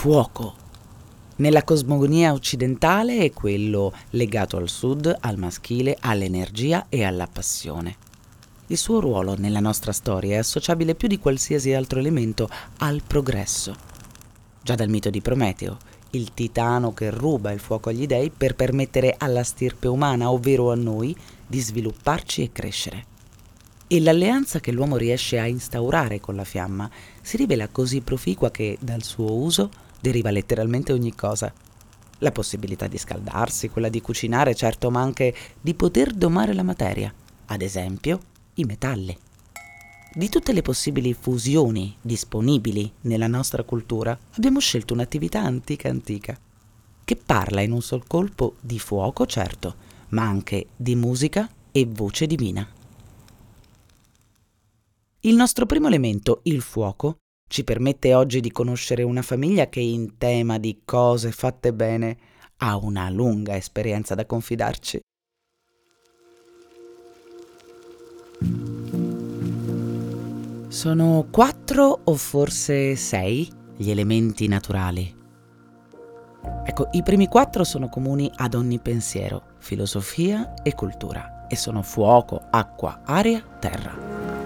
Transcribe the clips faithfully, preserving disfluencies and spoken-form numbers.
fuoco. Nella cosmogonia occidentale è quello legato al sud, al maschile, all'energia e alla passione. Il suo ruolo nella nostra storia è associabile più di qualsiasi altro elemento al progresso. Già dal mito di Prometeo, il titano che ruba il fuoco agli dei per permettere alla stirpe umana, ovvero a noi, di svilupparci e crescere. E l'alleanza che l'uomo riesce a instaurare con la fiamma si rivela così proficua che dal suo uso deriva letteralmente ogni cosa. La possibilità di scaldarsi, quella di cucinare, certo, ma anche di poter domare la materia, ad esempio i metalli. Di tutte le possibili fusioni disponibili nella nostra cultura, abbiamo scelto un'attività antica antica, che parla in un sol colpo di fuoco, certo, ma anche di musica e voce divina. Il nostro primo elemento, il fuoco, ci permette oggi di conoscere una famiglia che in tema di cose fatte bene ha una lunga esperienza da confidarci. Sono quattro o forse sei gli elementi naturali. Ecco, i primi quattro sono comuni ad ogni pensiero, filosofia e cultura, e sono fuoco, acqua, aria, terra.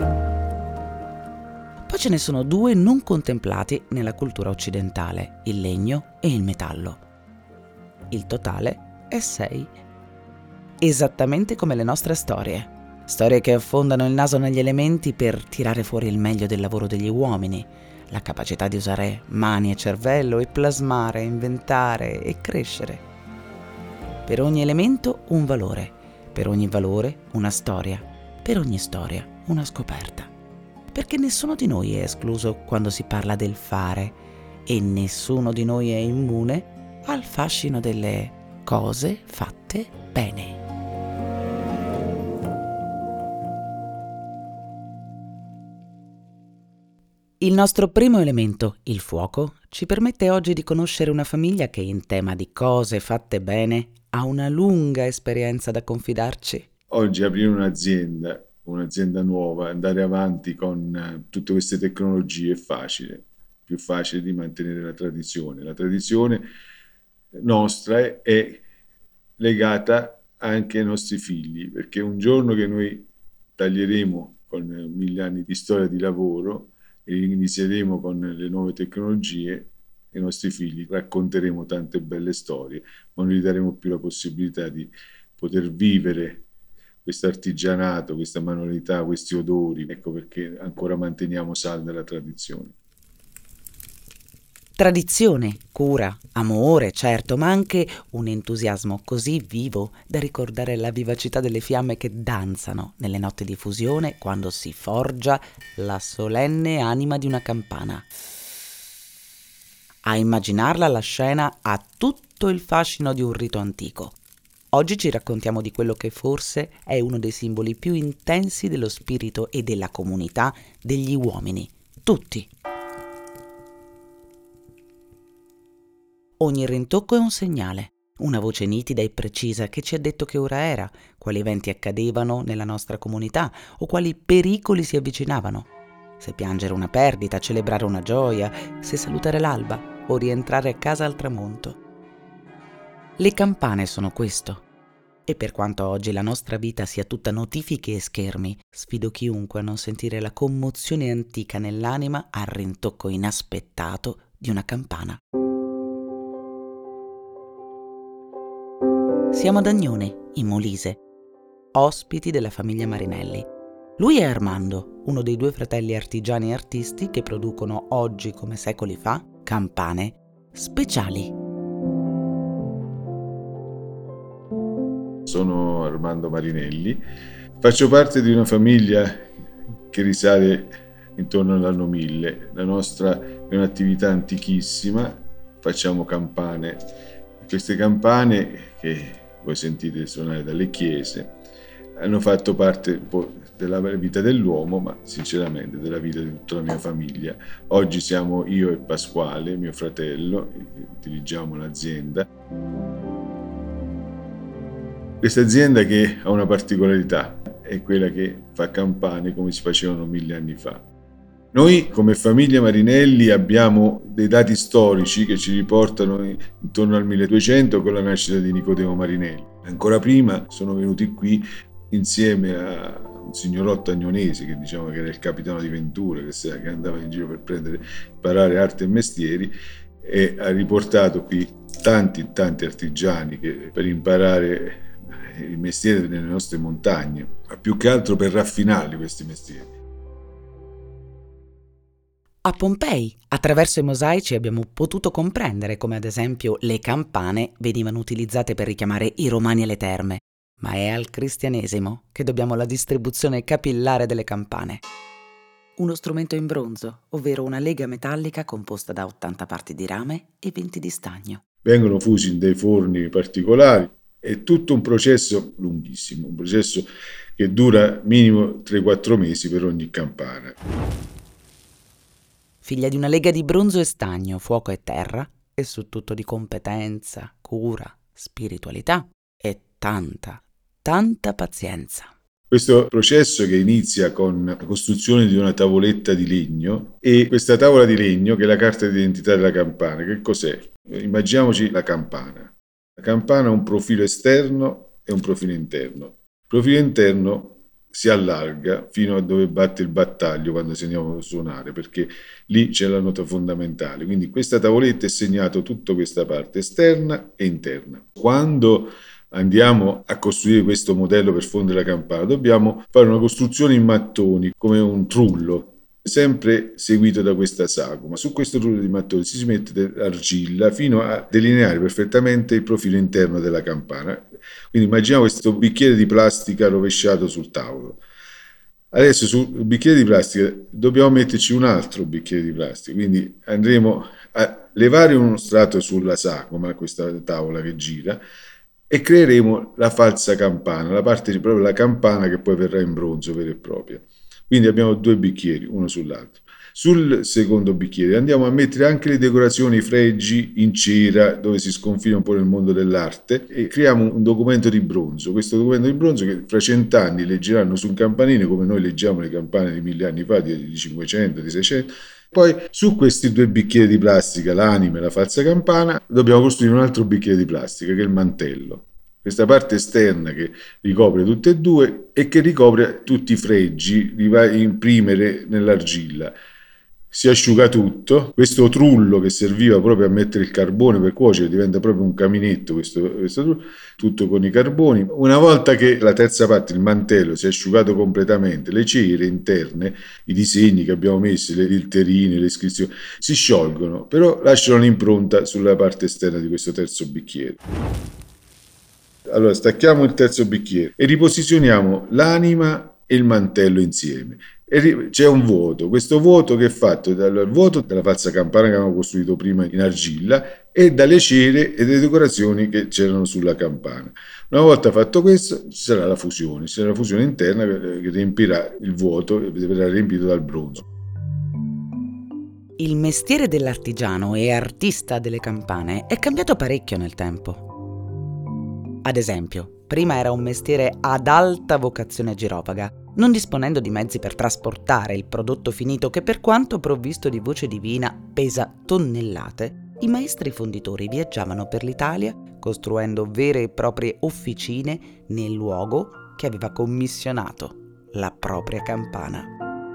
Poi ce ne sono due non contemplati nella cultura occidentale, il legno e il metallo. Il totale è sei. Esattamente come le nostre storie. Storie che affondano il naso negli elementi per tirare fuori il meglio del lavoro degli uomini, la capacità di usare mani e cervello e plasmare, inventare e crescere. Per ogni elemento un valore, per ogni valore una storia, per ogni storia una scoperta. Perché nessuno di noi è escluso quando si parla del fare e nessuno di noi è immune al fascino delle cose fatte bene. Il nostro primo elemento, il fuoco, ci permette oggi di conoscere una famiglia che in tema di cose fatte bene ha una lunga esperienza da confidarci. Oggi aprire un'azienda, un'azienda nuova, andare avanti con eh, tutte queste tecnologie è facile, più facile di mantenere la tradizione. La tradizione nostra è, è legata anche ai nostri figli, perché un giorno che noi taglieremo con eh, mille anni di storia di lavoro e inizieremo con le nuove tecnologie, ai nostri figli racconteremo tante belle storie, ma non gli daremo più la possibilità di poter vivere questo artigianato, questa manualità, questi odori. Ecco perché ancora manteniamo salda la tradizione. Tradizione, cura, amore, certo, ma anche un entusiasmo così vivo da ricordare la vivacità delle fiamme che danzano nelle notti di fusione quando si forgia la solenne anima di una campana. A immaginarla la scena ha tutto il fascino di un rito antico. Oggi ci raccontiamo di quello che forse è uno dei simboli più intensi dello spirito e della comunità degli uomini, tutti. Ogni rintocco è un segnale, una voce nitida e precisa che ci ha detto che ora era, quali eventi accadevano nella nostra comunità o quali pericoli si avvicinavano. Se piangere una perdita, celebrare una gioia, se salutare l'alba o rientrare a casa al tramonto. Le campane sono questo. E per quanto oggi la nostra vita sia tutta notifiche e schermi, sfido chiunque a non sentire la commozione antica nell'anima al rintocco inaspettato di una campana. Siamo ad Agnone, in Molise, ospiti della famiglia Marinelli. Lui è Armando, uno dei due fratelli artigiani e artisti che producono oggi come secoli fa campane speciali. Sono Armando Marinelli, faccio parte di una famiglia che risale intorno all'anno mille. La nostra è un'attività antichissima, facciamo campane. Queste campane, che voi sentite suonare dalle chiese, hanno fatto parte della vita dell'uomo, ma sinceramente della vita di tutta la mia famiglia. Oggi siamo io e Pasquale, mio fratello, dirigiamo l'azienda. Questa azienda che ha una particolarità, è quella che fa campane come si facevano mille anni fa. Noi come famiglia Marinelli abbiamo dei dati storici che ci riportano intorno al milleduecento con la nascita di Nicodemo Marinelli. Ancora prima sono venuti qui insieme a un signorotto agnonese che diciamo che era il capitano di Ventura, che, che andava in giro per prendere, imparare arte e mestieri, e ha riportato qui tanti tanti artigiani che per imparare il mestiere nelle nostre montagne, ma più che altro per raffinarli questi mestieri. A Pompei, attraverso i mosaici, abbiamo potuto comprendere come ad esempio le campane venivano utilizzate per richiamare i romani alle terme, ma è al cristianesimo che dobbiamo la distribuzione capillare delle campane. Uno strumento in bronzo, ovvero una lega metallica composta da ottanta parti di rame e venti di stagno. Vengono fusi in dei forni particolari, è tutto un processo lunghissimo, un processo che dura minimo tre quattro mesi per ogni campana. Figlia di una lega di bronzo e stagno, fuoco e terra, e su tutto di competenza, cura, spiritualità e tanta, tanta pazienza. Questo processo che inizia con la costruzione di una tavoletta di legno, e questa tavola di legno che è la carta d'identità della campana. Che cos'è? Immaginiamoci la campana. La campana ha un profilo esterno e un profilo interno. Il profilo interno si allarga fino a dove batte il battaglio quando si andiamo a suonare, perché lì c'è la nota fondamentale. Quindi questa tavoletta è segnato tutta questa parte esterna e interna. Quando andiamo a costruire questo modello per fondere la campana, dobbiamo fare una costruzione in mattoni, come un trullo, sempre seguito da questa sagoma. Su questo trullo di mattoni si mette dell'argilla fino a delineare perfettamente il profilo interno della campana. Quindi immaginiamo questo bicchiere di plastica rovesciato sul tavolo. Adesso sul bicchiere di plastica dobbiamo metterci un altro bicchiere di plastica, quindi andremo a levare uno strato sulla sagoma, questa tavola che gira, e creeremo la falsa campana, la parte di proprio la campana che poi verrà in bronzo vera e propria. Quindi abbiamo due bicchieri, uno sull'altro. Sul secondo bicchiere andiamo a mettere anche le decorazioni, i fregi in cera, dove si sconfina un po' nel mondo dell'arte, e creiamo un documento di bronzo. Questo documento di bronzo che fra cent'anni leggeranno su un campanile come noi leggiamo le campane di mille anni fa, di cinquecento, di seicento. Poi su questi due bicchieri di plastica, l'anima e la falsa campana, dobbiamo costruire un altro bicchiere di plastica che è il mantello. Questa parte esterna che ricopre tutte e due e che ricopre tutti i fregi, li va a imprimere nell'argilla. Si asciuga tutto, questo trullo che serviva proprio a mettere il carbone per cuocere diventa proprio un caminetto, questo, questo trullo, tutto con i carboni. Una volta che la terza parte, il mantello, si è asciugato completamente, le cere interne, i disegni che abbiamo messo, le letterine, le iscrizioni, si sciolgono, però lasciano un'impronta sulla parte esterna di questo terzo bicchiere. Allora stacchiamo il terzo bicchiere e riposizioniamo l'anima e il mantello insieme. E c'è un vuoto, questo vuoto che è fatto dal vuoto della falsa campana che avevamo costruito prima in argilla e dalle cere e delle decorazioni che c'erano sulla campana. Una volta fatto questo ci sarà la fusione, ci sarà la fusione interna che riempirà il vuoto e verrà riempito dal bronzo. Il mestiere dell'artigiano e artista delle campane è cambiato parecchio nel tempo. Ad esempio, prima era un mestiere ad alta vocazione girovaga, non disponendo di mezzi per trasportare il prodotto finito che, per quanto provvisto di voce divina, pesa tonnellate. I maestri fonditori viaggiavano per l'Italia costruendo vere e proprie officine nel luogo che aveva commissionato la propria campana.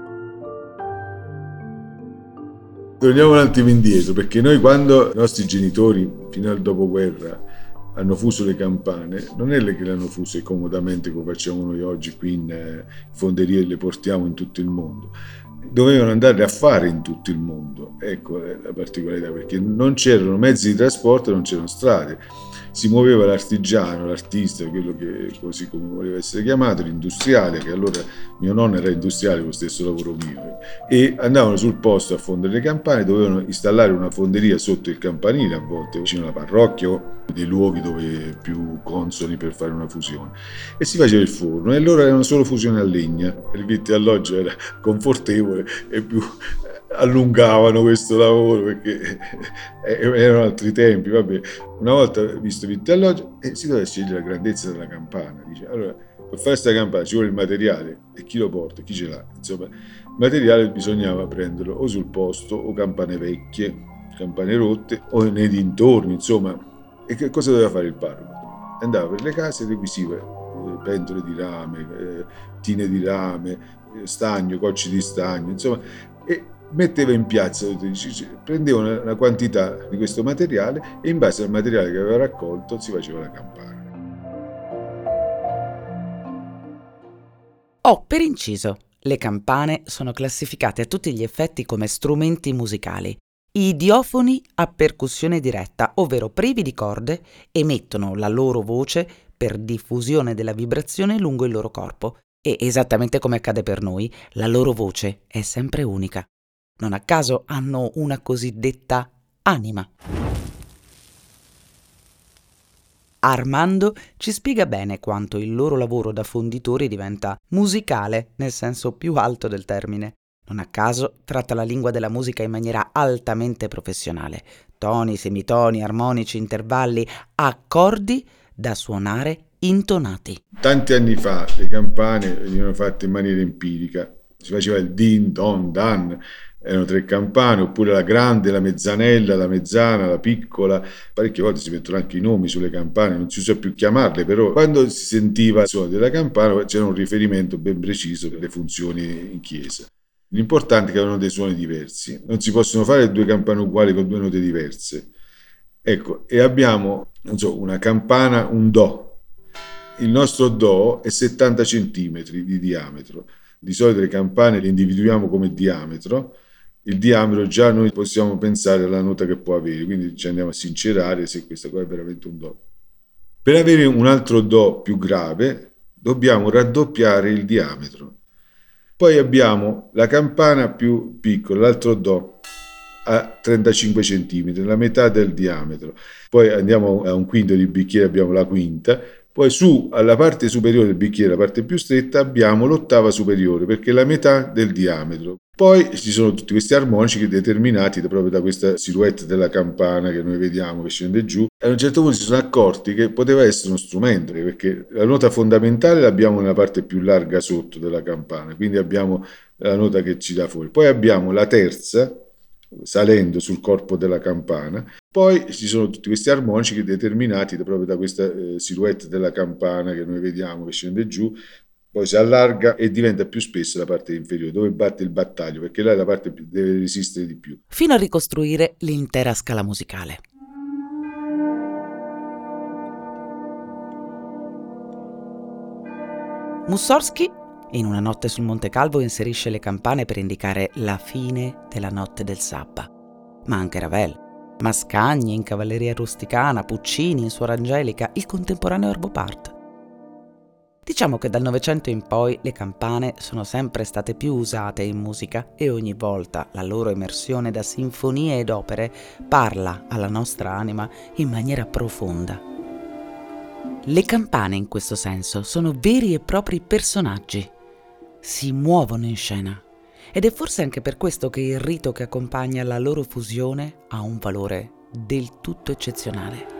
Torniamo un attimo indietro, perché noi quando i nostri genitori fino al dopoguerra hanno fuso le campane, non è che le hanno fuse comodamente come facciamo noi oggi qui in fonderie e le portiamo in tutto il mondo. Dovevano andare a fare in tutto il mondo, ecco la particolarità, perché non c'erano mezzi di trasporto, non c'erano strade. Si muoveva l'artigiano, l'artista, quello che così come voleva essere chiamato, l'industriale, che allora mio nonno era industriale con lo stesso lavoro mio, e andavano sul posto a fondere le campane, dovevano installare una fonderia sotto il campanile, a volte vicino alla parrocchia o dei luoghi dove più consoni per fare una fusione, e si faceva il forno, e loro erano solo fusione a legna, il vitto e alloggio era confortevole e più allungavano questo lavoro perché erano altri tempi. Vabbè, una volta visto Vitellozzo e si doveva scegliere la grandezza della campana. Dice, allora, per fare questa campana ci vuole il materiale e chi lo porta, chi ce l'ha. Insomma, il materiale bisognava prenderlo o sul posto o campane vecchie, campane rotte o nei dintorni, insomma. E che cosa doveva fare il parroco? Andava per le case e requisiva eh, pentole di rame, eh, tine di rame, eh, stagno, cocci di stagno, insomma, e metteva in piazza, prendeva una, una quantità di questo materiale e in base al materiale che aveva raccolto si faceva la campana. Oh, per inciso, le campane sono classificate a tutti gli effetti come strumenti musicali. I idiofoni a percussione diretta, ovvero privi di corde, emettono la loro voce per diffusione della vibrazione lungo il loro corpo e, esattamente come accade per noi, la loro voce è sempre unica. Non a caso hanno una cosiddetta anima. Armando ci spiega bene quanto il loro lavoro da fonditori diventa musicale nel senso più alto del termine. Non a caso tratta la lingua della musica in maniera altamente professionale. Toni, semitoni, armonici, intervalli, accordi da suonare intonati. Tanti anni fa le campane venivano fatte in maniera empirica. Si faceva il din, don, dan, erano tre campane, oppure la grande, la mezzanella, la mezzana, la piccola. Parecchie volte si mettono anche i nomi sulle campane, non si usa più chiamarle, però quando si sentiva il suono della campana c'era un riferimento ben preciso per le funzioni in chiesa. L'importante è che avevano dei suoni diversi, non si possono fare due campane uguali con due note diverse. Ecco, e abbiamo, non so, una campana, un do. Il nostro do è settanta centimetri di diametro. Di solito le campane le individuiamo come diametro. Il diametro già noi possiamo pensare alla nota che può avere, quindi ci andiamo a sincerare se questa qua è veramente un do. Per avere un altro do più grave dobbiamo raddoppiare il diametro. Poi abbiamo la campana più piccola, l'altro do a trentacinque centimetri, la metà del diametro. Poi andiamo a un quinto di bicchiere, abbiamo la quinta. Poi su, alla parte superiore del bicchiere, la parte più stretta, abbiamo l'ottava superiore, perché è la metà del diametro. Poi ci sono tutti questi armonici determinati proprio da questa silhouette della campana che noi vediamo che scende giù. E a un certo punto si sono accorti che poteva essere uno strumento, perché la nota fondamentale l'abbiamo nella parte più larga sotto della campana, quindi abbiamo la nota che ci dà fuori. Poi abbiamo la terza, salendo sul corpo della campana. Poi ci sono tutti questi armonici determinati proprio da questa eh, silhouette della campana che noi vediamo che scende giù, poi si allarga e diventa più spessa la parte inferiore, dove batte il battaglio, perché là è la parte che deve resistere di più. Fino a ricostruire l'intera scala musicale. Mussorgsky, in Una notte sul Monte Calvo, inserisce le campane per indicare la fine della notte del sabba. Ma anche Ravel, Mascagni in Cavalleria rusticana, Puccini in Suor Angelica, il contemporaneo Arvo Pärt. Diciamo che dal Novecento in poi le campane sono sempre state più usate in musica e ogni volta la loro emersione da sinfonie ed opere parla alla nostra anima in maniera profonda. Le campane in questo senso sono veri e propri personaggi, si muovono in scena ed è forse anche per questo che il rito che accompagna la loro fusione ha un valore del tutto eccezionale.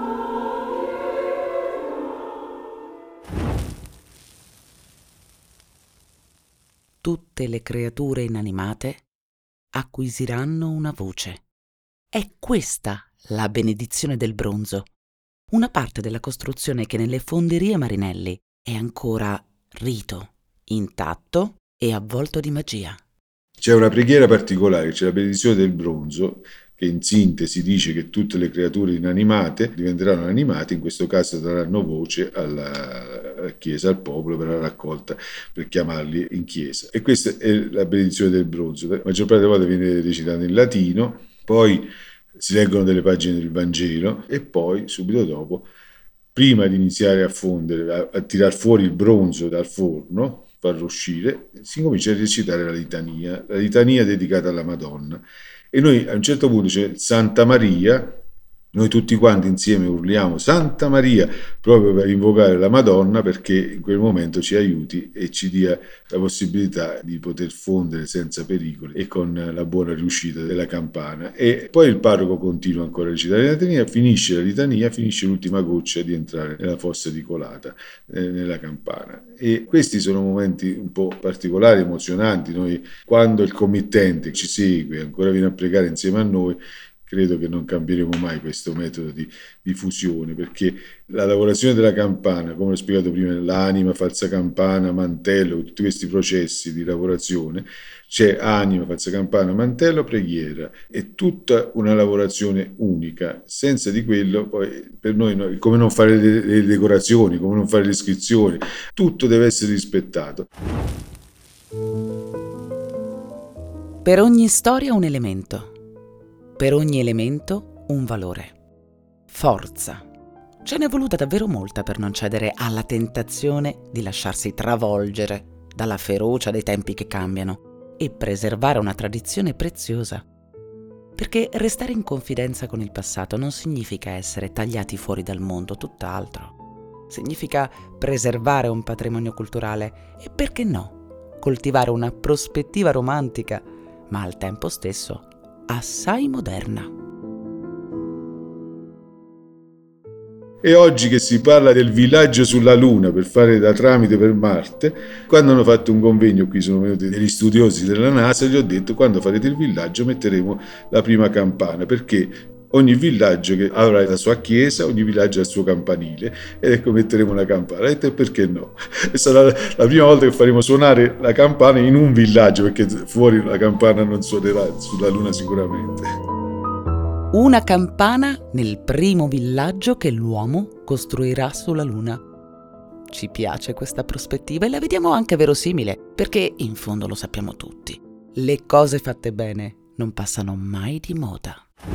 Tutte le creature inanimate acquisiranno una voce. È questa la benedizione del bronzo, una parte della costruzione che nelle fonderie Marinelli è ancora rito, intatto e avvolto di magia. C'è una preghiera particolare, c'è la benedizione del bronzo, che in sintesi dice che tutte le creature inanimate diventeranno animate, in questo caso daranno voce alla, alla Chiesa, al popolo per la raccolta, per chiamarli in Chiesa. E questa è la benedizione del bronzo. La maggior parte delle volte viene recitata in latino, poi si leggono delle pagine del Vangelo e poi, subito dopo, prima di iniziare a fondere, a, a tirar fuori il bronzo dal forno, farlo uscire, si comincia a recitare la litania, la litania dedicata alla Madonna. E noi a un certo punto c'è Santa Maria, Noi tutti quanti insieme urliamo Santa Maria proprio per invocare la Madonna, perché in quel momento ci aiuti e ci dia la possibilità di poter fondere senza pericoli e con la buona riuscita della campana. E poi il parroco continua ancora a recitare la litania, finisce la litania, finisce l'ultima goccia di entrare nella fossa di colata, eh, nella campana. E questi sono momenti un po' particolari, emozionanti. Noi, quando il committente ci segue, ancora viene a pregare insieme a noi, credo che non cambieremo mai questo metodo di, di fusione, perché la lavorazione della campana, come ho spiegato prima, l'anima, falsa campana, mantello, tutti questi processi di lavorazione, c'è anima, falsa campana, mantello, preghiera, è tutta una lavorazione unica. Senza di quello, poi per noi, noi come non fare le, le decorazioni, come non fare le iscrizioni, tutto deve essere rispettato. Per ogni storia un elemento. Per ogni elemento un valore. Forza. Ce n'è voluta davvero molta per non cedere alla tentazione di lasciarsi travolgere dalla ferocia dei tempi che cambiano e preservare una tradizione preziosa. Perché restare in confidenza con il passato non significa essere tagliati fuori dal mondo, tutt'altro. Significa preservare un patrimonio culturale e, perché no, coltivare una prospettiva romantica, ma al tempo stesso assai moderna. E oggi che si parla del villaggio sulla Luna per fare da tramite per Marte, quando hanno fatto un convegno qui sono venuti degli studiosi della NASA, gli ho detto: quando farete il villaggio metteremo la prima campana, perché ogni villaggio che avrà la sua chiesa, ogni villaggio ha il suo campanile, ed ecco metteremo una campana. Ho detto: perché no? E sarà la prima volta che faremo suonare la campana in un villaggio, perché fuori la campana non suonerà, sulla Luna sicuramente. Una campana nel primo villaggio che l'uomo costruirà sulla Luna. Ci piace questa prospettiva e la vediamo anche verosimile, perché in fondo lo sappiamo tutti. Le cose fatte bene non passano mai di moda.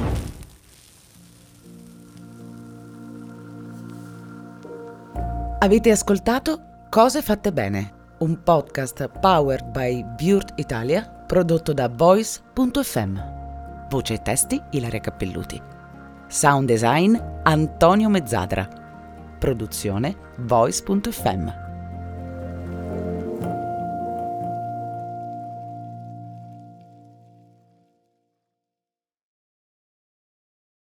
Avete ascoltato Cose fatte bene, un podcast powered by Burt Italia, prodotto da voice punto effe emme. Voce e testi Ilaria Cappelluti. Sound design Antonio Mezzadra. Produzione voice punto effe emme.